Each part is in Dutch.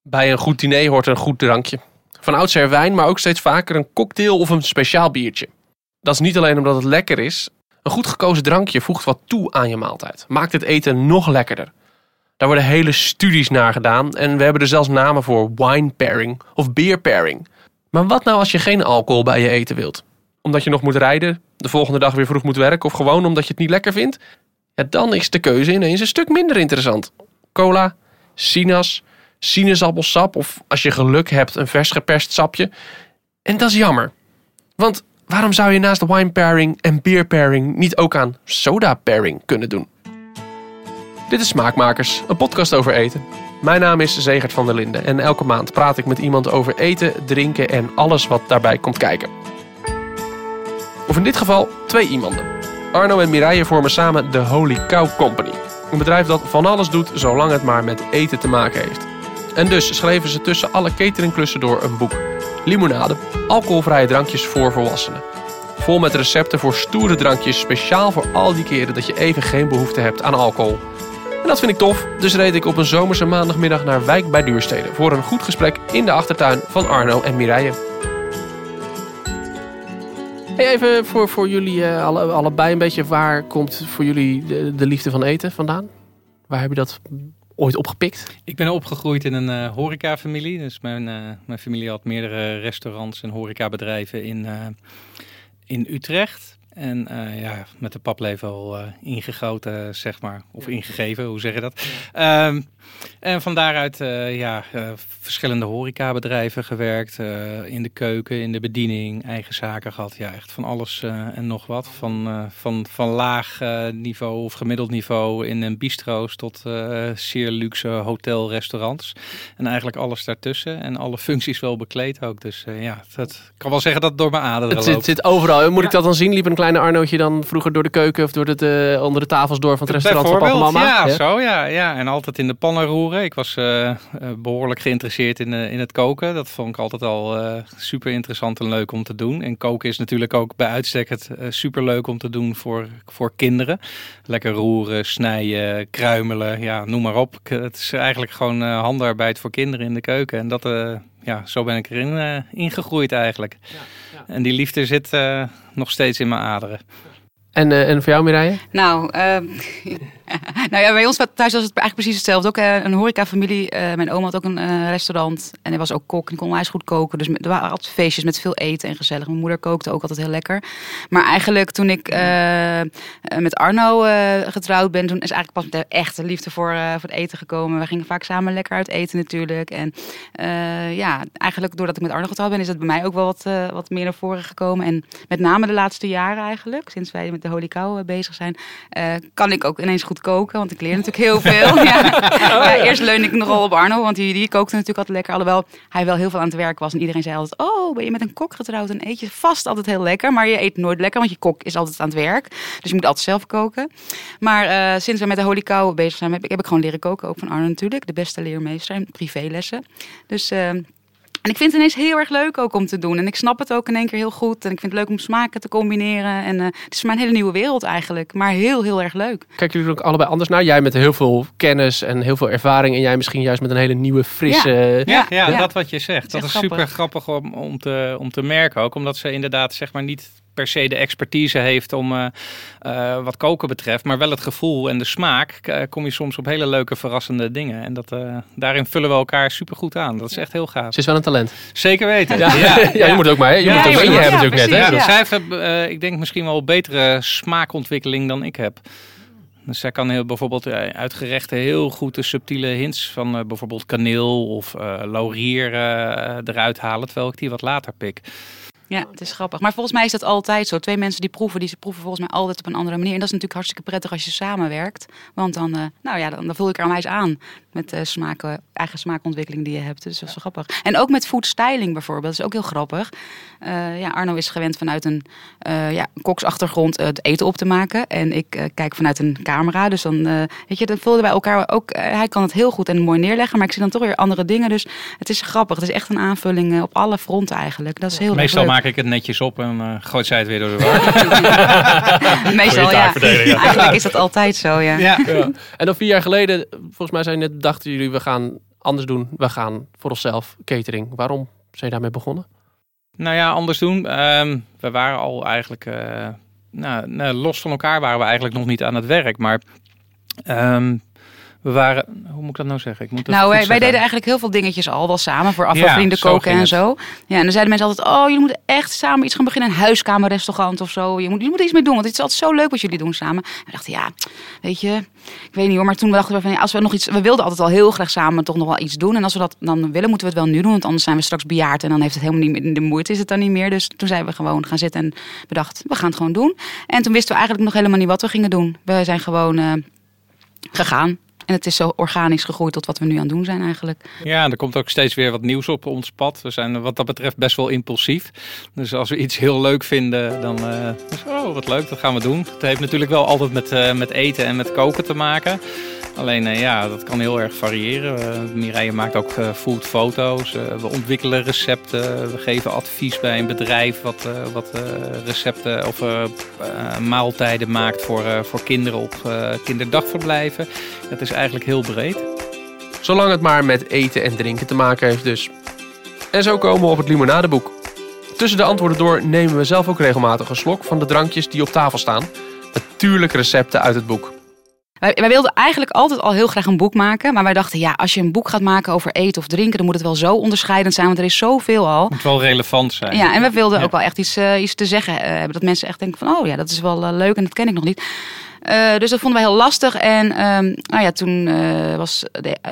Bij een goed diner hoort een goed drankje. Van oudsher wijn, maar ook steeds vaker een cocktail of een speciaal biertje. Dat is niet alleen omdat het lekker is. Een goed gekozen drankje voegt wat toe aan je maaltijd. Maakt het eten nog lekkerder. Daar worden hele studies naar gedaan en we hebben er zelfs namen voor: wine pairing of beer pairing. Maar wat nou als je geen alcohol bij je eten wilt? Omdat je nog moet rijden, de volgende dag weer vroeg moet werken of gewoon omdat je het niet lekker vindt? Ja, dan is de keuze ineens een stuk minder interessant. Cola, sinaas, sinaasappelsap of als je geluk hebt een vers geperst sapje. En dat is jammer. Want waarom zou je naast de wine pairing en beer pairing niet ook aan soda pairing kunnen doen? Dit is Smaakmakers, een podcast over eten. Mijn naam is Zegert van der Linden en elke maand praat ik met iemand over eten, drinken en alles wat daarbij komt kijken. Of in dit geval 2 iemanden. Arno en Mireille vormen samen de Holy Cow Company. Een bedrijf dat van alles doet zolang het maar met eten te maken heeft. En dus schreven ze tussen alle cateringklussen door een boek. Limonade, alcoholvrije drankjes voor volwassenen. Vol met recepten voor stoere drankjes, speciaal voor al die keren dat je even geen behoefte hebt aan alcohol. En dat vind ik tof, dus reed ik op een zomerse maandagmiddag naar Wijk bij Duurstede voor een goed gesprek in de achtertuin van Arno en Mireille. Hey, even voor jullie allebei een beetje, waar komt voor jullie de liefde van eten vandaan? Waar heb je dat ooit opgepikt? Ik ben opgegroeid in een horecafamilie. Dus mijn familie had meerdere restaurants en horecabedrijven in Utrecht. En met de paplepel ingegoten, zeg maar. Of ingegeven, hoe zeg je dat? En van daaruit verschillende horecabedrijven gewerkt. In de keuken, in de bediening, eigen zaken gehad. Ja, echt van alles en nog wat. Van laag niveau of gemiddeld niveau in een bistro's tot zeer luxe hotelrestaurants. En eigenlijk alles daartussen. En alle functies wel bekleed ook. Dus ik kan wel zeggen dat het door mijn aderen loopt. Het zit overal. Moet ik dat dan zien? Liep een kleine Arnootje dan vroeger door de keuken of door onder de tafels door van het restaurant van papa en mama? Ja. En altijd in de pannen roeren. Ik was behoorlijk geïnteresseerd in het koken. Dat vond ik altijd al super interessant en leuk om te doen. En koken is natuurlijk ook bij uitstek het super leuk om te doen voor kinderen. Lekker roeren, snijden, kruimelen, ja, noem maar op. Het is eigenlijk gewoon handarbeid voor kinderen in de keuken. En dat, zo ben ik erin ingegroeid eigenlijk. Ja. En die liefde zit nog steeds in mijn aderen. En voor jou, Mireille? Bij ons thuis was het eigenlijk precies hetzelfde. Ook een horecafamilie. Mijn oom had ook een restaurant. En hij was ook kok en kon onwijs goed koken. Dus er waren altijd feestjes met veel eten en gezellig. Mijn moeder kookte ook altijd heel lekker. Maar eigenlijk toen ik met Arno getrouwd ben, toen is eigenlijk pas de echte liefde voor het eten gekomen. We gingen vaak samen lekker uit eten natuurlijk. En eigenlijk doordat ik met Arno getrouwd ben, is dat bij mij ook wel wat meer naar voren gekomen. En met name de laatste jaren eigenlijk, sinds wij met de Holy Cow bezig zijn, kan ik ook ineens goed koken, want ik leer natuurlijk heel veel. Eerst leunde ik nogal op Arno, want die kookte natuurlijk altijd lekker. Alhoewel hij wel heel veel aan het werk was en iedereen zei altijd: oh, ben je met een kok getrouwd en eet je vast altijd heel lekker. Maar je eet nooit lekker, want je kok is altijd aan het werk. Dus je moet altijd zelf koken. Maar sinds we met de Holy Cow bezig zijn, heb ik gewoon leren koken. Ook van Arno natuurlijk, de beste leermeester in privélessen. Dus en ik vind het ineens heel erg leuk ook om te doen. En ik snap het ook in één keer heel goed. En ik vind het leuk om smaken te combineren. En het is voor mij een hele nieuwe wereld eigenlijk. Maar heel, heel erg leuk. Kijken jullie ook allebei anders naar? Jij met heel veel kennis en heel veel ervaring. En jij misschien juist met een hele nieuwe, frisse... Ja, dat wat je zegt. Dat is super grappig om te merken ook. Omdat ze inderdaad zeg maar niet per se de expertise heeft om wat koken betreft. Maar wel het gevoel en de smaak. Kom je soms op hele leuke, verrassende dingen. En daarin vullen we elkaar super goed aan. Dat is echt heel gaaf. Ze is wel een talent. Zeker weten. Je moet ook maar. Hè? Je moet ook hebben natuurlijk net. Hè? Dus zij heeft, ik denk misschien wel betere smaakontwikkeling dan ik heb. Dus zij kan bijvoorbeeld uit gerechten heel goed de subtiele hints van bijvoorbeeld kaneel of laurier eruit halen. Terwijl ik die wat later pik. Ja, het is grappig. Maar volgens mij is dat altijd zo. 2 mensen die proeven volgens mij altijd op een andere manier. En dat is natuurlijk hartstikke prettig als je samenwerkt. Want dan voel ik er onwijs aan met eigen smaakontwikkeling die je hebt. Dus dat is wel grappig. En ook met food styling bijvoorbeeld. Dat is ook heel grappig. Arno is gewend vanuit een koksachtergrond het eten op te maken. En ik kijk vanuit een camera. Dus dan vullen wij elkaar ook. Hij kan het heel goed en mooi neerleggen. Maar ik zie dan toch weer andere dingen. Dus het is grappig. Het is echt een aanvulling op alle fronten eigenlijk. Dat is heel Meestal leuk. Maak ik het netjes op en gooit zij het weer door de war. Meestal, ja. Eigenlijk is dat altijd zo, ja. En dan 4 jaar geleden, volgens mij dachten jullie, we gaan anders doen. We gaan voor onszelf catering. Waarom zijn je daarmee begonnen? Nou ja, anders doen. We waren al eigenlijk... los van elkaar waren we eigenlijk nog niet aan het werk. Maar we waren... Hoe moet ik dat nou zeggen? Wij deden eigenlijk heel veel dingetjes al wel samen. Voor vrienden zo koken en het. zo. Ja, en dan zeiden mensen altijd... Oh, jullie moeten echt samen iets gaan beginnen. Een huiskamerrestaurant of zo. Je moet er iets mee doen. Want het is altijd zo leuk wat jullie doen samen. En we dachten, weet je... Ik weet niet hoor. Maar toen dachten we van... Als we nog iets... We wilden altijd al heel graag samen toch nog wel iets doen. En als we dat dan willen, moeten we het wel nu doen. Want anders zijn we straks bejaard. En dan heeft het helemaal niet meer... De moeite is het dan niet meer. Dus toen zijn we gewoon gaan zitten en bedacht... We gaan het gewoon doen. En toen wisten we eigenlijk nog helemaal niet wat we gingen doen. We zijn gewoon gegaan. En het is zo organisch gegroeid tot wat we nu aan het doen zijn eigenlijk. Ja, er komt ook steeds weer wat nieuws op ons pad. We zijn wat dat betreft best wel impulsief. Dus als we iets heel leuk vinden, dan wat leuk, dat gaan we doen. Het heeft natuurlijk wel altijd met eten en met koken te maken. Alleen dat kan heel erg variëren. Mireille maakt ook foodfoto's. We ontwikkelen recepten. We geven advies bij een bedrijf wat recepten of maaltijden maakt voor kinderen op kinderdagverblijven. Het is eigenlijk heel breed. Zolang het maar met eten en drinken te maken heeft dus. En zo komen we op het limonadeboek. Tussen de antwoorden door nemen we zelf ook regelmatig een slok van de drankjes die op tafel staan. Natuurlijk recepten uit het boek. Wij wilden eigenlijk altijd al heel graag een boek maken. Maar wij dachten, als je een boek gaat maken over eten of drinken... dan moet het wel zo onderscheidend zijn, want er is zoveel al. Het moet wel relevant zijn. Ja, en we wilden ook wel echt iets te zeggen hebben. Dat mensen echt denken van, dat is wel leuk en dat ken ik nog niet. Dus dat vonden wij heel lastig. En toen was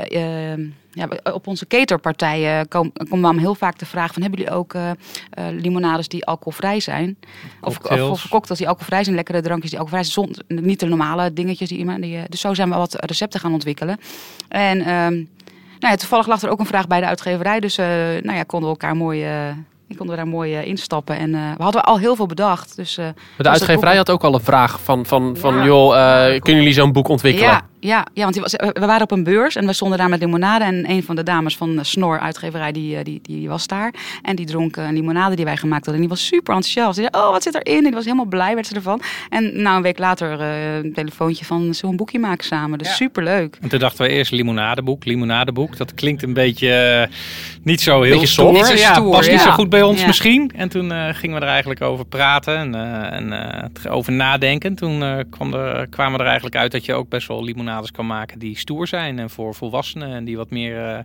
op onze caterpartij kwam heel vaak de vraag van... hebben jullie ook limonades die alcoholvrij zijn? Of cocktails die alcoholvrij zijn, lekkere drankjes die alcoholvrij zijn. Niet de normale dingetjes. Dus zo zijn we wat recepten gaan ontwikkelen. En toevallig lag er ook een vraag bij de uitgeverij. Dus konden we elkaar konden we daar mooi instappen. En we hadden al heel veel bedacht. Dus, de uitgeverij had ook al een vraag van kunnen jullie zo'n boek ontwikkelen? Ja, want we waren op een beurs en we stonden daar met limonade. En een van de dames van Snor uitgeverij, die was daar. En die dronk een limonade die wij gemaakt hadden. En die was super enthousiast. Die zei, wat zit erin? En die was helemaal blij, werd ze ervan. En een week later een telefoontje van, zullen we een boekje maken samen? Dus superleuk. En toen dachten we eerst limonadeboek. Dat klinkt een beetje niet zo heel stoer. Niet zo stoer. Past niet zo goed bij ons misschien. En toen gingen we er eigenlijk over praten en over nadenken. Toen kwamen we er eigenlijk uit dat je ook best wel limonades kan maken die stoer zijn en voor volwassenen en die wat meer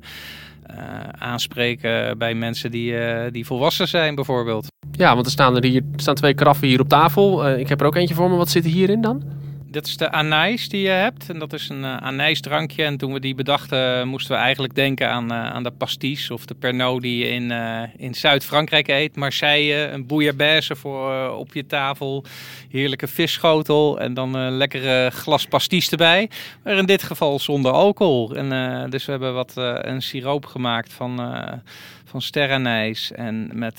aanspreken bij mensen die volwassen zijn bijvoorbeeld. Ja, want er staan 2 karaffen hier op tafel. Ik heb er ook eentje voor me. Wat zit er hierin dan? Dit is de anijs die je hebt. En dat is een anijsdrankje. En toen we die bedachten, moesten we eigenlijk denken aan de pastis of de Pernod die je in Zuid-Frankrijk eet. Marseille, een bouillabaisse voor op je tafel. Heerlijke visschotel en dan een lekkere glas pastis erbij. Maar in dit geval zonder alcohol. En dus we hebben een siroop gemaakt van sterrenijs en met...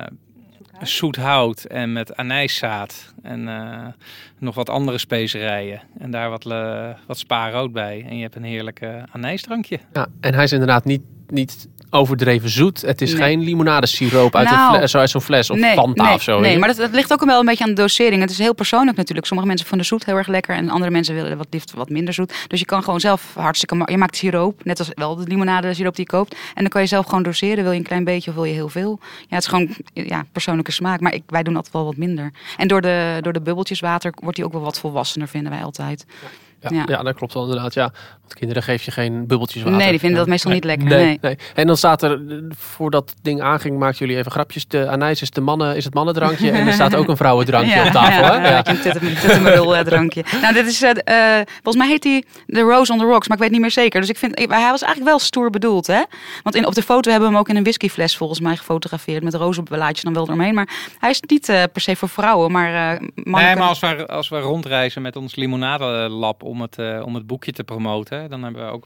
zoet hout en met anijszaad en nog wat andere specerijen. En daar wat spaarrood bij. En je hebt een heerlijke anijsdrankje. Ja, en hij is inderdaad niet overdreven zoet. Het is geen limonadesiroop uit zo'n fles of Fanta of zo. Nee, maar dat ligt ook wel een beetje aan de dosering. Het is heel persoonlijk natuurlijk. Sommige mensen vinden zoet heel erg lekker en andere mensen willen wat minder zoet. Dus je kan gewoon zelf je maakt siroop, net als wel de limonadesiroop die je koopt. En dan kan je zelf gewoon doseren. Wil je een klein beetje of wil je heel veel? Ja, het is gewoon persoonlijke smaak. Maar wij doen altijd wel wat minder. En door de bubbeltjes water wordt hij ook wel wat volwassener, vinden wij altijd. Ja, dat klopt wel inderdaad. Ja. Want kinderen geef je geen bubbeltjes water. Nee, die vinden dat meestal niet lekker. Nee. En dan staat er, voordat het ding aanging, maakten jullie even grapjes. De anijs is is het mannendrankje. En er staat ook een vrouwendrankje op tafel. Ja, een tuttemerul drankje. Nou, dit is, volgens mij heet die The Rose on the Rocks, maar ik weet niet meer zeker. Dus ik vind, hij was eigenlijk wel stoer bedoeld. Hè? Want op de foto hebben we hem ook in een whiskyfles volgens mij gefotografeerd. Met rozenblaadjes dan wel eromheen. Maar hij is niet per se voor vrouwen, maar mannen. Nee, maar als we rondreizen met ons limonadelab om het boekje te promoten, dan hebben we ook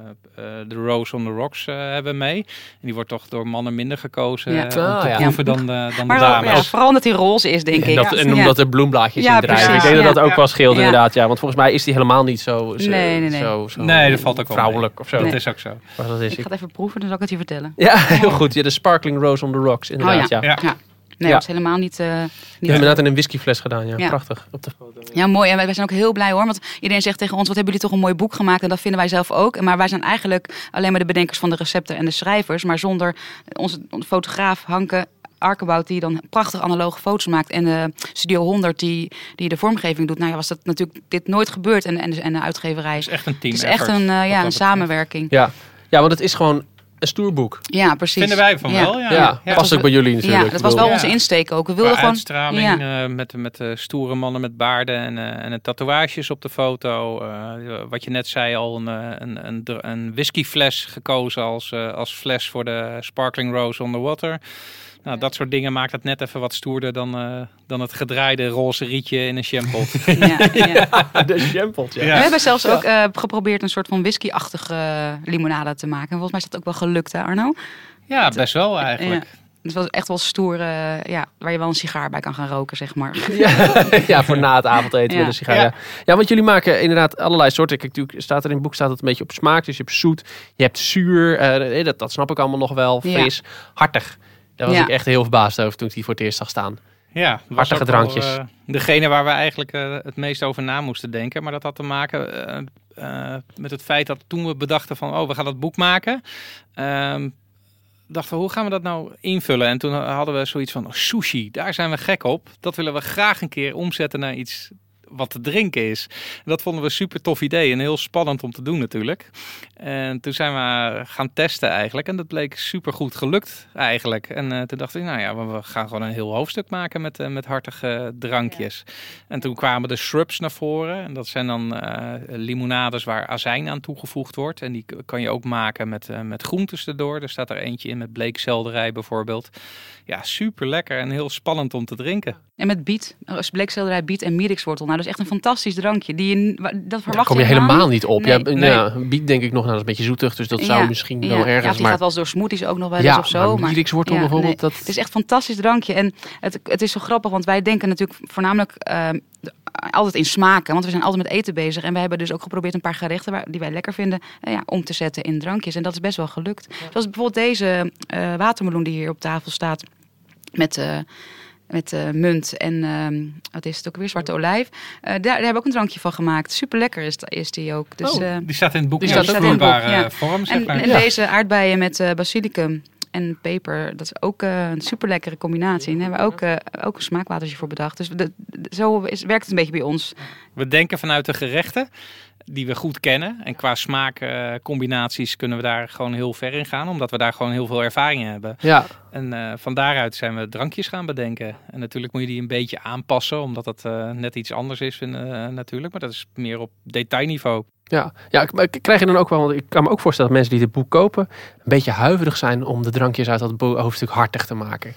de Rose on the Rocks hebben mee. En die wordt toch door mannen minder gekozen om te proeven dan de dames. Ja, vooral omdat hij roze is, denk ik. En omdat er bloemblaadjes in drijven. Ik denk dat dat ook wel scheelt inderdaad. Ja, want volgens mij is die helemaal niet zo Nee, dat valt ook vrouwelijk of zo. Dat is ook zo. Ik ga het even proeven, dan zal ik het je vertellen. Ja, heel goed. Ja, de Sparkling Rose on the Rocks, inderdaad. Ja. Nee, dat was helemaal niet... Die hebben inderdaad in een whiskyfles gedaan. Ja. Prachtig. Op de foto. Ja, mooi. En wij zijn ook heel blij hoor. Want iedereen zegt tegen ons, wat hebben jullie toch een mooi boek gemaakt. En dat vinden wij zelf ook. Maar wij zijn eigenlijk alleen maar de bedenkers van de recepten en de schrijvers. Maar zonder onze fotograaf Hanke Arkenbout, die dan prachtig analoge foto's maakt. En de Studio 100 die de vormgeving doet. Nou ja, was dat natuurlijk dit nooit gebeurd. En de uitgeverij. Het is echt een team. Het is echt een samenwerking. Ja, want het is gewoon een stoer boek. Ja, precies. Vinden wij van wel, ja. Ja, past ook bij jullie natuurlijk. Ja, dat was wel onze insteek ook. We wilden gewoon uitstraling met stoere mannen met baarden en tatoeages op de foto. Wat je net zei al, een whiskyfles gekozen als fles voor de Sparkling Rose Underwater. Nou, dat soort dingen maakt het net even wat stoerder dan het gedraaide roze rietje in een champot. De champot, ja. We hebben zelfs ook geprobeerd een soort van whisky-achtige limonade te maken. En volgens mij is dat ook wel gelukt, hè Arno? Ja, best wel eigenlijk. Ja. Het was echt wel stoer, waar je wel een sigaar bij kan gaan roken, zeg maar. Ja, voor na het avondeten met een sigaar. Ja, want jullie maken inderdaad allerlei soorten. Kijk, natuurlijk staat er in het boek staat het een beetje op smaak. Dus je hebt zoet, je hebt zuur. Dat snap ik allemaal nog wel. Fris, hartig. Daar was ik echt heel verbaasd over toen ik die voor het eerst zag staan. Ja, hartige drankjes. Degene waar we eigenlijk het meest over na moesten denken. Maar dat had te maken met het feit dat toen we bedachten van... we gaan dat boek maken... dachten we, hoe gaan we dat nou invullen? En toen hadden we zoiets van, sushi, daar zijn we gek op. Dat willen we graag een keer omzetten naar iets wat te drinken is. En dat vonden we een super tof idee en heel spannend om te doen natuurlijk. En toen zijn we gaan testen eigenlijk. En dat bleek super goed gelukt eigenlijk. En toen dacht ik, we gaan gewoon een heel hoofdstuk maken met hartige drankjes. Ja. En toen kwamen de shrubs naar voren. En dat zijn dan limonades waar azijn aan toegevoegd wordt. En die kan je ook maken met groentes erdoor. Er staat er eentje in met bleekselderij bijvoorbeeld. Ja, super lekker en heel spannend om te drinken. En met biet, bleekselderij, biet en mierikswortel. Nou, dat is echt een fantastisch drankje. Dat verwacht daar kom je helemaal niet op. Nee. Biet denk ik nog, dat is een beetje zoetig. Dus dat zou misschien wel ergens... Ja, die gaat wel eens door smoothies ook nog wel eens of zo. Maar mierikswortel bijvoorbeeld. Nee. Het is echt een fantastisch drankje. En het is zo grappig, want wij denken natuurlijk voornamelijk... altijd in smaken, want we zijn altijd met eten bezig. En wij hebben dus ook geprobeerd een paar gerechten die wij lekker vinden om te zetten in drankjes. En dat is best wel gelukt. Zoals bijvoorbeeld deze watermeloen die hier op tafel staat met munt en wat is het ook weer, zwarte olijf. Daar hebben we ook een drankje van gemaakt. Super lekker is die ook. Dus, die staat in het boek. Die staat in het boek, vorm, zeg maar. En deze aardbeien met basilicum en peper, dat is ook een super lekkere combinatie. En daar hebben we ook een smaakwatertje voor bedacht. Dus werkt het een beetje bij ons. We denken vanuit de gerechten die we goed kennen. En qua smaakcombinaties kunnen we daar gewoon heel ver in gaan. Omdat we daar gewoon heel veel ervaring in hebben. Ja. En van daaruit zijn we drankjes gaan bedenken. En natuurlijk moet je die een beetje aanpassen. Omdat het net iets anders is natuurlijk. Maar dat is meer op detailniveau. Ja, krijg je dan ook wel, want ik kan me ook voorstellen dat mensen die dit boek kopen een beetje huiverig zijn om de drankjes uit dat hoofdstuk hartig te maken.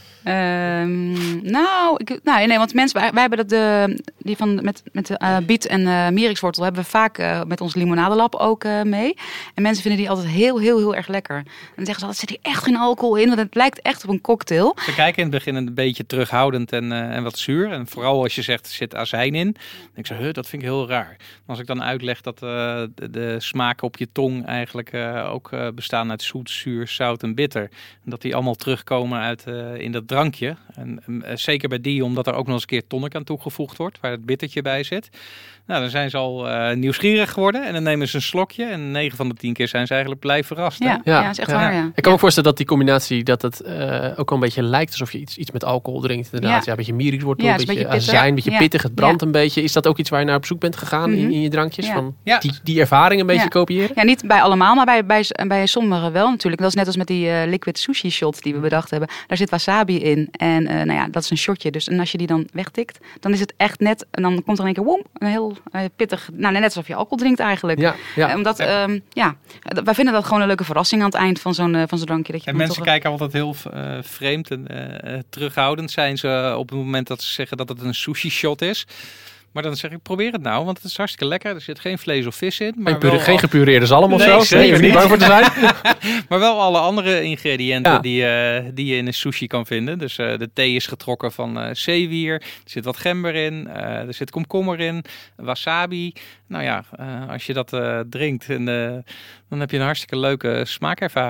Want mensen, wij hebben die van met biet en mierikswortel hebben we vaak met ons limonadelab ook mee. En mensen vinden die altijd heel, heel, heel erg lekker. En dan zeggen ze altijd, zit hier echt geen alcohol in, want het lijkt echt op een cocktail. Ze kijken in het begin een beetje terughoudend en wat zuur. En vooral als je zegt, er zit azijn in. Dan denk ik zo, dat vind ik heel raar. Maar als ik dan uitleg dat de smaken op je tong eigenlijk ook bestaan uit zoet, zuur, zout en bitter. En dat die allemaal terugkomen in dat drankje. En zeker bij die, omdat er ook nog eens een keer tonic aan toegevoegd wordt, waar het bittertje bij zit. Nou, dan zijn ze al nieuwsgierig geworden en dan nemen ze een slokje. En 9 van de 10 keer zijn ze eigenlijk blij verrast. Hè? Ja, dat is echt waar, ja. Ik kan me voorstellen dat die combinatie, dat het ook wel een beetje lijkt alsof je iets met alcohol drinkt. Inderdaad, een beetje mierikswortel, een beetje azijn, een beetje pittig, het brandt een beetje. Is dat ook iets waar je naar op zoek bent gegaan in je drankjes? Ja. Van die ervaring een beetje kopiëren? Ja, niet bij allemaal, maar bij sommigen wel natuurlijk. Dat is net als met die liquid sushi shot die we bedacht hebben. Daar zit wasabi in en dat is een shotje. Dus en als je die dan wegtikt, dan is het echt net, en dan komt er in één keer een heel pittig, net alsof je alcohol drinkt eigenlijk. Omdat, wij vinden dat gewoon een leuke verrassing aan het eind van zo'n drankje. Dat je en mensen kijken altijd heel vreemd en terughoudend zijn ze op het moment dat ze zeggen dat het een sushi shot is. Maar dan zeg ik, probeer het nou, want het is hartstikke lekker. Er zit geen vlees of vis in. Maar geen gepureerde zalm of zo? Zeker je er niet bang voor te zijn. Maar wel alle andere ingrediënten die je in een sushi kan vinden. Dus de thee is getrokken van zeewier. Er zit wat gember in. Er zit komkommer in. Wasabi. Nou ja, als je dat drinkt, dan heb je een hartstikke leuke smaakervaring.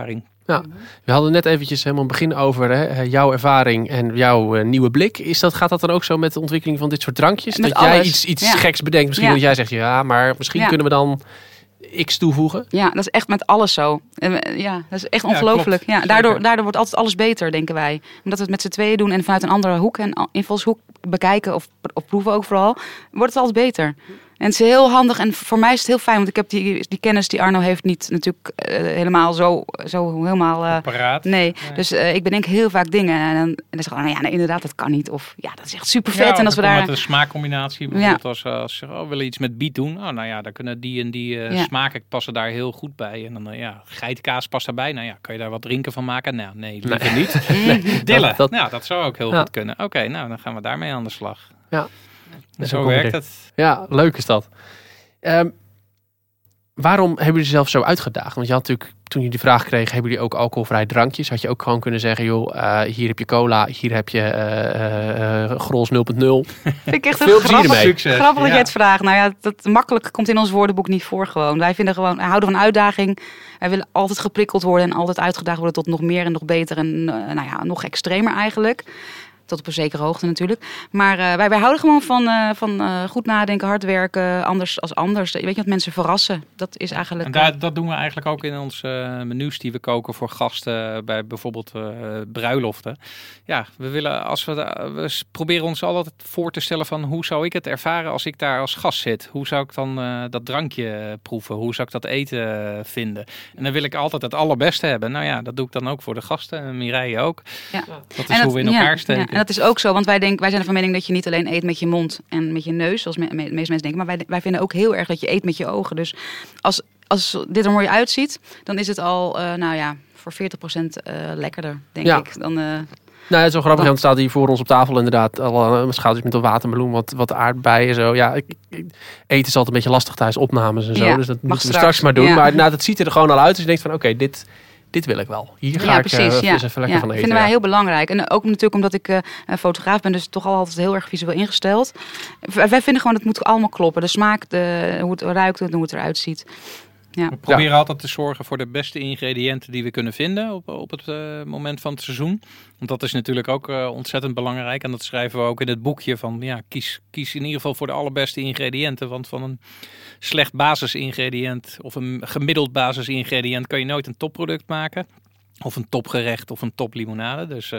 Ja. We hadden net eventjes helemaal begin over jouw ervaring en jouw nieuwe blik. Gaat dat dan ook zo met de ontwikkeling van dit soort drankjes? Met dat jij alles. iets geks bedenkt. Misschien dat jij zegt, maar misschien kunnen we dan X toevoegen. Ja, dat is echt met alles zo. Ja, dat is echt ongelooflijk. Ja, daardoor wordt altijd alles beter, denken wij. Omdat we het met z'n tweeën doen en vanuit een andere hoek en invalshoek bekijken of proeven ook vooral, wordt het altijd beter. En het is heel handig en voor mij is het heel fijn, want ik heb die kennis die Arno heeft niet natuurlijk helemaal zo helemaal paraat. Nee, dus ik bedenk heel vaak dingen en dan zeg ik, nee, inderdaad, dat kan niet. Of ja, dat is echt super vet. En als we daar met een smaakcombinatie, bijvoorbeeld als ze willen iets met biet doen, dan kunnen die en die smaken passen daar heel goed bij. En dan geitenkaas past daarbij. Nou ja, kan je daar wat drinken van maken? Nou, nee, liever niet. Dillen, dat zou ook heel goed kunnen. Oké, dan gaan we daarmee aan de slag. Ja. Zo werkt het. Ja, leuk is dat. Waarom hebben jullie zelf zo uitgedaagd? Want je had natuurlijk, toen je die vraag kreeg, hebben jullie ook alcoholvrij drankjes? Had je ook gewoon kunnen zeggen, joh, hier heb je cola, hier heb je Grols 0.0. Vind ik echt veel plezier mee. Grappig dat je het vraagt. Nou ja, dat makkelijk komt in ons woordenboek niet voor gewoon. Wij houden van uitdaging. Wij willen altijd geprikkeld worden en altijd uitgedaagd worden tot nog meer en nog beter en nog extremer eigenlijk. Tot op een zekere hoogte natuurlijk. Maar wij houden gewoon van goed nadenken, hard werken, anders als anders. Weet je, wat mensen verrassen. Dat is eigenlijk... En dat doen we eigenlijk ook in onze menus die we koken voor gasten bij bijvoorbeeld bruiloften. Ja, we proberen ons altijd voor te stellen van hoe zou ik het ervaren als ik daar als gast zit? Hoe zou ik dan dat drankje proeven? Hoe zou ik dat eten vinden? En dan wil ik altijd het allerbeste hebben. Nou ja, dat doe ik dan ook voor de gasten. En Mireille ook. Ja. Dat is hoe we in elkaar steken. Ja, en dat is ook zo, want wij zijn van mening dat je niet alleen eet met je mond en met je neus, zoals de meeste mensen denken, maar wij vinden ook heel erg dat je eet met je ogen. Dus als dit er mooi uitziet, dan is het al, voor 40% lekkerder, denk ik. Dan, het is wel grappig, want staat hier voor ons op tafel inderdaad al een schaaltje met een watermeloen, wat aardbeien en zo. Ja, eten is altijd een beetje lastig thuis, opnames en zo, dus dat moeten we straks maar doen. Ja. Maar dat ziet er gewoon al uit, dus je denkt van oké, dit wil ik wel. Hier ga ik eens even lekker van eten. Vinden wij heel belangrijk. En ook natuurlijk omdat ik fotograaf ben, dus toch altijd heel erg visueel ingesteld. Wij vinden gewoon, het moet allemaal kloppen. De smaak, hoe het ruikt, hoe het eruit ziet. Ja. We proberen altijd te zorgen voor de beste ingrediënten die we kunnen vinden op het moment van het seizoen. Want dat is natuurlijk ook ontzettend belangrijk. En dat schrijven we ook in het boekje van kies in ieder geval voor de allerbeste ingrediënten. Want van een slecht basisingrediënt of een gemiddeld basisingrediënt kan je nooit een topproduct maken. Of een topgerecht of een toplimonade. Dus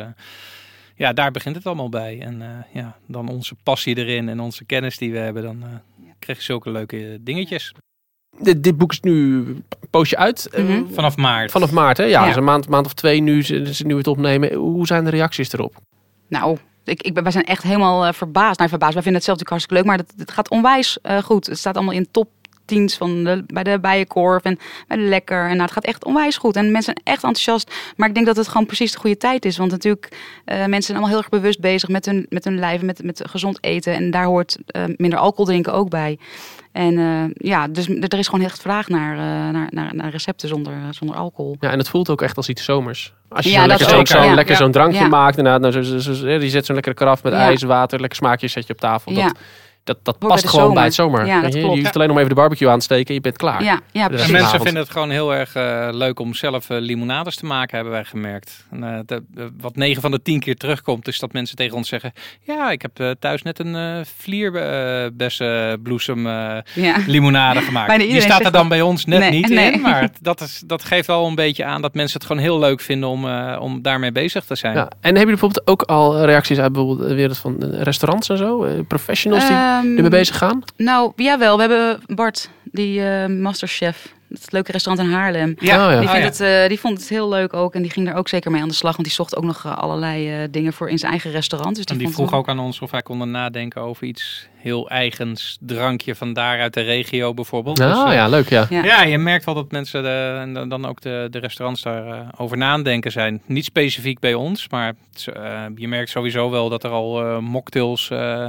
daar begint het allemaal bij. En dan onze passie erin en onze kennis die we hebben, dan krijg je zulke leuke dingetjes. Dit boek is nu een poosje uit. Vanaf maart. Vanaf maart, hè? Ja, dus een maand of 2 nu het opnemen. Hoe zijn de reacties erop? Nou, wij zijn echt helemaal verbaasd. Wij vinden het zelf natuurlijk hartstikke leuk, maar het gaat onwijs goed. Het staat allemaal in top 10 bij de Bijenkorf en bij de Lekker. En het gaat echt onwijs goed. En mensen zijn echt enthousiast. Maar ik denk dat het gewoon precies de goede tijd is. Want natuurlijk, mensen zijn allemaal heel erg bewust bezig met hun lijf, met gezond eten. En daar hoort minder alcohol drinken ook bij. En dus er is gewoon echt vraag naar recepten zonder alcohol. Ja, en het voelt ook echt als iets zomers. Als je lekker zo'n drankje maakt. Je zet zo'n lekkere karaf met ijs, water, lekker smaakjes zet je op tafel. Dat past gewoon bij het zomer. Ja, dat klopt. Je hoeft alleen om even de barbecue aan te steken en je bent klaar. Ja, precies. En mensen vinden het gewoon heel erg leuk om zelf limonades te maken, hebben wij gemerkt. Wat 9 van de 10 keer terugkomt, is dat mensen tegen ons zeggen: ja, ik heb thuis net een vlierbessenbloesem limonade gemaakt. Die staat er dan bij ons net niet in. Maar dat geeft wel een beetje aan dat mensen het gewoon heel leuk vinden om daarmee bezig te zijn. Ja. En hebben jullie bijvoorbeeld ook al reacties uit bijvoorbeeld de wereld van restaurants en zo? Professionals die ermee bezig gaan? Nou, jawel. We hebben Bart, die masterchef. Het leuke restaurant in Haarlem. Die vond het heel leuk ook. En die ging er ook zeker mee aan de slag. Want die zocht ook nog allerlei dingen voor in zijn eigen restaurant. Dus die vroeg ook aan ons of wij konden nadenken over iets heel eigens. Drankje van daar uit de regio bijvoorbeeld. Leuk. Ja, je merkt wel dat mensen en dan ook de restaurants daar over nadenken zijn. Niet specifiek bij ons. Maar je merkt sowieso wel dat er al mocktails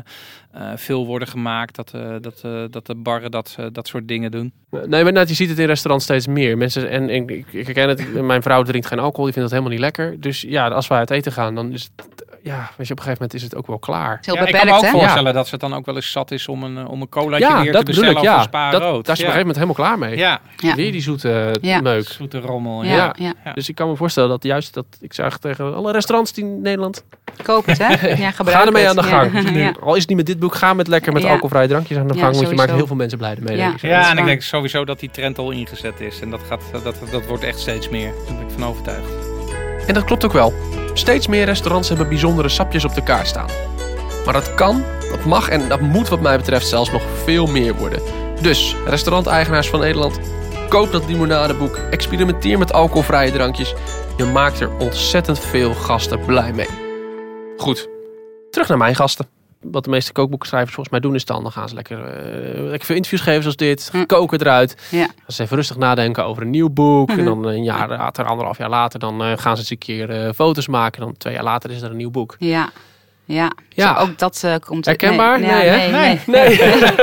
veel worden gemaakt. Dat de barren dat soort dingen doen. Nee, maar je ziet het in restaurants steeds meer. Mensen, en ik herken het, mijn vrouw drinkt geen alcohol, die vindt dat helemaal niet lekker. Dus ja, als we uit eten gaan, dan is het ja, weet je, op een gegeven moment is het ook wel klaar. Het is heel Ja, ik beperkt, kan me ook hè? voorstellen dat ze het dan ook wel eens zat is om een colaatje Ja, weer dat te bedoel bestellen ik. of Ja, een spa rood. daar is op een gegeven moment helemaal klaar mee. Ja, Ja. Weer die zoete Ja. meuk. zoete rommel. Ja, Ja. ja. Ja. Dus ik kan me voorstellen dat juist dat ik zeg tegen alle restaurants die in Nederland, Koop het, hè? Ja, gebruik ga ermee het. aan de gang. Ja. Ja. Al is het niet met dit boek, ga met lekker met Ja. alcoholvrije drankjes aan de Ja, gang, want je maakt sowieso. heel veel mensen blij ermee. Ja. denk ik zo. Ja, Dat is en ik waar. denk sowieso dat die trend al ingezet is. En dat wordt echt steeds meer. Daar ben ik van overtuigd. En dat klopt ook wel. Steeds meer restaurants hebben bijzondere sapjes op de kaart staan. Maar dat kan, dat mag en dat moet wat mij betreft zelfs nog veel meer worden. Dus, restauranteigenaars van Nederland, koop dat limonadeboek, experimenteer met alcoholvrije drankjes. Je maakt er ontzettend veel gasten blij mee. Goed, terug naar mijn gasten. Wat de meeste kookboekenschrijvers volgens mij doen is dan gaan ze lekker veel interviews geven zoals dit, koken eruit. Ja. Gaan ze even rustig nadenken over een nieuw boek. En dan een jaar later, 1,5 jaar later, dan gaan ze eens een keer foto's maken. Dan 2 jaar later is er een nieuw boek. Ja. Ja. Ja. Zo, ook dat komt... Herkenbaar? Nee, Nee, hè? nee. Nee,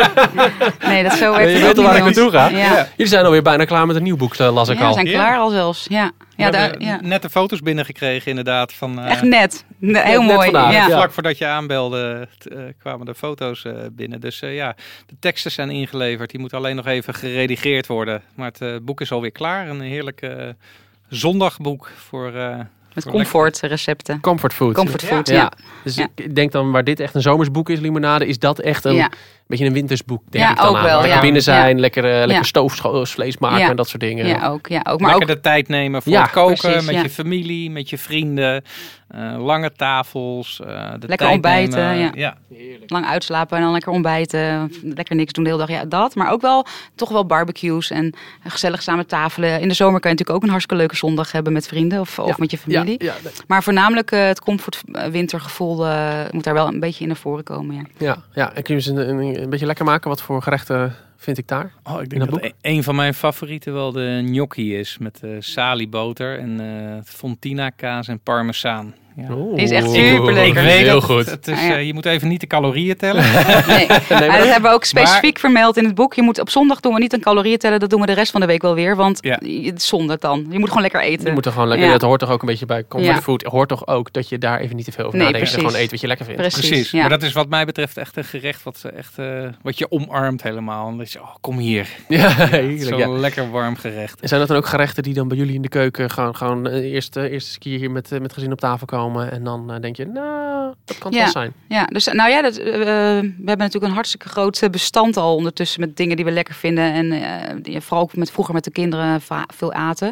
Nee, dat zo werkt je het weet ook al waar ik niet bij ons. naartoe ga. Ja, Jullie zijn alweer bijna klaar met een nieuw boek, las ik ja we al. zijn Ja. klaar al zelfs. Ja, ja, We hebben ja. net de foto's binnengekregen inderdaad. Van, Echt net. Heel net mooi. vandaag, Ja. ja. Vlak voordat je aanbelde kwamen de foto's binnen. Dus ja, de teksten zijn ingeleverd. Die moeten alleen nog even geredigeerd worden. Maar het boek is alweer klaar. Een heerlijk zondagboek voor... Met voor comfortrecepten. Comfort food. Comfort food, Ja. ja. Dus Ja. ik denk dan waar dit echt een zomersboek is, limonade, is dat echt een Ja. beetje een wintersboek. Denk Ja, ik dan ook aan. wel, Lekker ja. binnen zijn, Ja. lekker Ja. stoofvlees maken Ja. en dat soort dingen. Ja, ook. Ja, ook. Maar Lekker ook de tijd nemen voor Ja, het koken, precies, met ja. je familie, met je vrienden. Lange tafels. De Lekker tijd ontbijten, nemen. ja. lang uitslapen en dan lekker ontbijten. Lekker niks doen de hele dag. Ja, dat. Maar ook wel toch wel barbecues en gezellig samen tafelen. In de zomer kan je natuurlijk ook een hartstikke leuke zondag hebben met vrienden of met je familie. Ja, Maar voornamelijk het comfort wintergevoel moet daar wel een beetje in naar voren komen. Ja. ja. En kun je eens een beetje lekker maken? Wat voor gerechten vind ik daar? Oh, ik In denk dat dat boek? een van mijn favorieten wel de gnocchi is. Met salieboter en fontina kaas en parmezaan. Ja. Die is echt super lekker. Ik weet heel dat goed. het is, Ja. je moet even niet de calorieën tellen. Nee. maar Maar dat hebben we ook specifiek Maar- vermeld in het boek. Je moet op zondag doen we niet een calorieën tellen. Dat doen we de rest van de week wel weer. Want Ja. het is zonde dan. Je moet gewoon lekker eten. Je moet er gewoon lekker. Ja. Het hoort toch ook een beetje bij comfort Ja. food. Hoort toch ook dat je daar even niet te veel over Nee, nadenkt. En precies. gewoon eet wat je lekker vindt. Precies. Ja. Maar dat is wat mij betreft echt een gerecht wat je omarmt helemaal. En dat je, kom hier. Ja, heerlijk. Zo'n Ja. lekker warm gerecht. En zijn dat dan ook gerechten die dan bij jullie in de keuken gewoon eerst eens een keer hier met gezin op tafel komen en dan denk je, nou, dat kan het Ja. wel zijn. Ja, dus nou ja, we hebben natuurlijk een hartstikke groot bestand al ondertussen met dingen die we lekker vinden. En die vooral ook vroeger met de kinderen veel aten.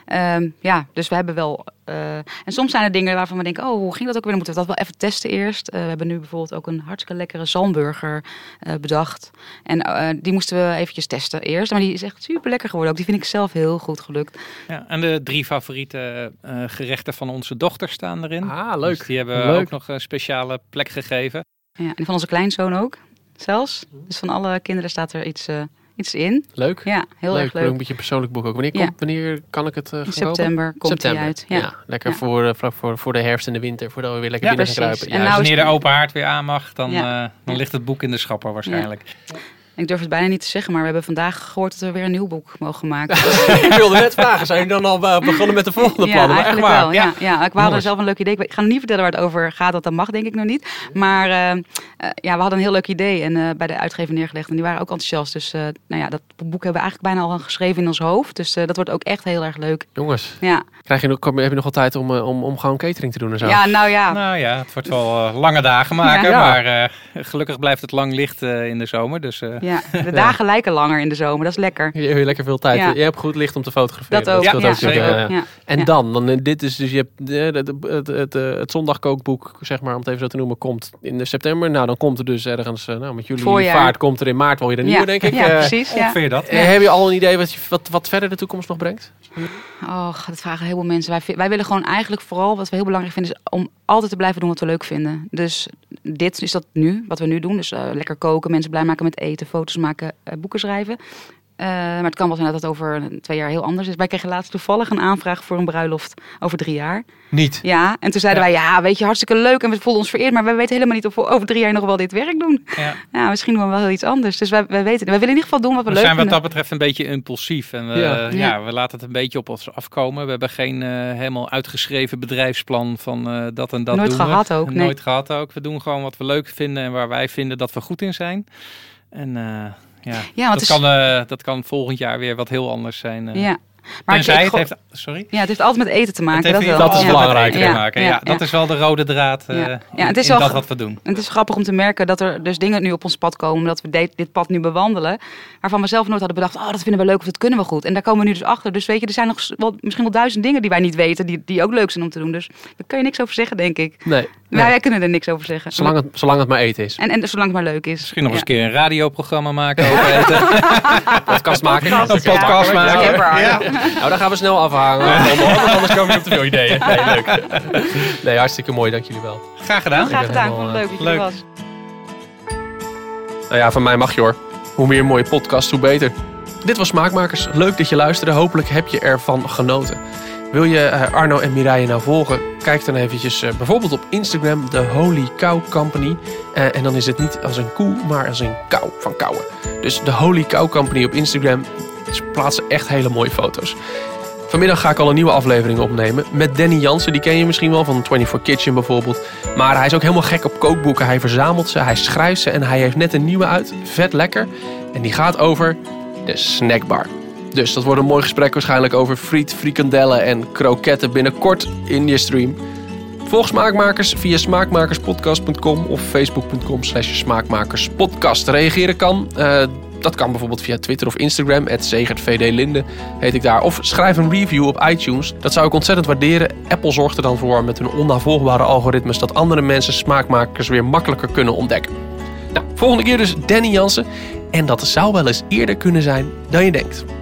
Ja, dus we hebben wel... en soms zijn er dingen waarvan we denken, hoe ging dat ook weer? Dan moeten we dat wel even testen eerst. We hebben nu bijvoorbeeld ook een hartstikke lekkere zalmburger bedacht. En die moesten we eventjes testen eerst. Maar die is echt super lekker geworden ook. Die vind ik zelf heel goed gelukt. Ja, en de 3 favoriete gerechten van onze dochter staan erin. Ah, leuk. Dus die hebben we Leuk. ook nog een speciale plek gegeven. Ja, en van onze kleinzoon ook, zelfs. Dus van alle kinderen staat er iets in. Leuk. Ja, heel erg Een leuk. beetje een persoonlijk boek ook. Wanneer, Ja. wanneer kan ik het gaan In kopen? september komt hij uit. Ja. Lekker Ja. voor de herfst en de winter. Voordat we weer lekker Ja, binnen gaan precies. kruipen. En Ja, nou Dus is wanneer de open haard weer aan mag, dan Ja. ligt het boek in de schapper waarschijnlijk. Ik durf het bijna niet te zeggen, maar we hebben vandaag gehoord dat we weer een nieuw boek mogen maken. ik wilde net vragen, zijn jullie dan al begonnen met de volgende Ja, plannen? Maar echt eigenlijk waar. wel. Ja, ik hadden Jongens. zelf een leuk idee. Ik ga niet vertellen waar het over gaat, want dat mag denk ik nog niet. Maar we hadden een heel leuk idee en bij de uitgever neergelegd. En die waren ook enthousiast. Dus dat boek hebben we eigenlijk bijna al geschreven in ons hoofd. Dus dat wordt ook echt heel erg leuk. Jongens, Ja, heb je nog wel tijd om gewoon catering te doen en zo? ja nou ja. Nou ja, het wordt wel lange dagen maken, Ja. maar gelukkig blijft het lang licht in de zomer. Dus Ja, de dagen lijken langer in de zomer, dat is lekker. Je hebt lekker veel tijd. Ja. Je hebt goed licht om te fotograferen. Dat ook. scheelt Ja, ook zeker. weer, Ja. En Ja. dan dit is dus je hebt het zondagkookboek, zeg maar, om het even zo te noemen, komt in september. Nou, dan komt er dus ergens, met jullie Voorjaar. vaart komt er in maart wel weer een nieuwe, denk ik. Ja, precies. Ja. ongeveer dat. Heb je al een idee wat verder de toekomst nog brengt? Dat vragen heel veel mensen. Wij willen gewoon eigenlijk vooral, wat we heel belangrijk vinden, is om altijd te blijven doen wat we leuk vinden. Dus dit is dat nu, wat we nu doen. Dus lekker koken, mensen blij maken met eten, foto's maken, boeken schrijven. Maar het kan wel zijn dat het over 2 jaar heel anders is. Wij kregen laatst toevallig een aanvraag voor een bruiloft over 3 jaar. Niet? Ja, en toen zeiden wij, weet je, hartstikke leuk. En we voelden ons vereerd, maar wij weten helemaal niet of we over 3 jaar nog wel dit werk doen. Ja, misschien doen we wel heel iets anders. Dus wij weten, wij willen in ieder geval doen wat we leuk vinden. We zijn wat dat betreft een beetje impulsief. En we laten het een beetje op ons afkomen. We hebben geen helemaal uitgeschreven bedrijfsplan van dat en dat Nooit doen gehad we. ook. Nooit gehad ook. We doen gewoon wat we leuk vinden en waar wij vinden dat we goed in zijn. En dat kan volgend jaar weer wat heel anders zijn. Maar het heeft altijd met eten te maken. Dat is belangrijk. Dat is wel de rode draad in dat wat we doen. En het is grappig om te merken dat er dus dingen nu op ons pad komen, dat we dit pad nu bewandelen, waarvan we zelf nooit hadden bedacht, dat vinden we leuk of dat kunnen we goed. En daar komen we nu dus achter. Dus weet je, er zijn nog misschien wel 1000 dingen die wij niet weten, die ook leuk zijn om te doen. Dus daar kun je niks over zeggen, denk ik. Nee. Wij kunnen er niks over zeggen. Zolang het maar eten is. En zolang het maar leuk is. Misschien nog eens een keer een radioprogramma maken over eten. Podcast maken. Een podcast maken. Nou, dan gaan we snel afhangen. Anders komen we op te veel ideeën. Nee, leuk. Nee, hartstikke mooi. Dank jullie wel. Graag gedaan. Graag gedaan. Vond het leuk dat je er was. Nou ja, van mij mag je hoor. Hoe meer mooie podcast, hoe beter. Dit was Smaakmakers. Leuk dat je luisterde. Hopelijk heb je ervan genoten. Wil je Arno en Mireille nou volgen? Kijk dan eventjes bijvoorbeeld op Instagram, The Holy Cow Company. En dan is het niet als een koe, maar als een kou van kauwen. Dus The Holy Cow Company op Instagram. Ze plaatsen echt hele mooie foto's. Vanmiddag ga ik al een nieuwe aflevering opnemen met Danny Jansen. Die ken je misschien wel van 24 Kitchen bijvoorbeeld. Maar hij is ook helemaal gek op kookboeken. Hij verzamelt ze, hij schrijft ze en hij heeft net een nieuwe uit. Vet lekker. En die gaat over de snackbar. Dus dat wordt een mooi gesprek waarschijnlijk over friet, frikandellen en kroketten binnenkort in je stream. Volg Smaakmakers via smaakmakerspodcast.com of facebook.com/smaakmakerspodcast. Reageren kan. Dat kan bijvoorbeeld via Twitter of Instagram. @ZegertVDLinde heet ik daar. Of schrijf een review op iTunes. Dat zou ik ontzettend waarderen. Apple zorgt er dan voor met hun onnavolgbare algoritmes dat andere mensen Smaakmakers weer makkelijker kunnen ontdekken. Nou, volgende keer dus Danny Jansen. En dat zou wel eens eerder kunnen zijn dan je denkt.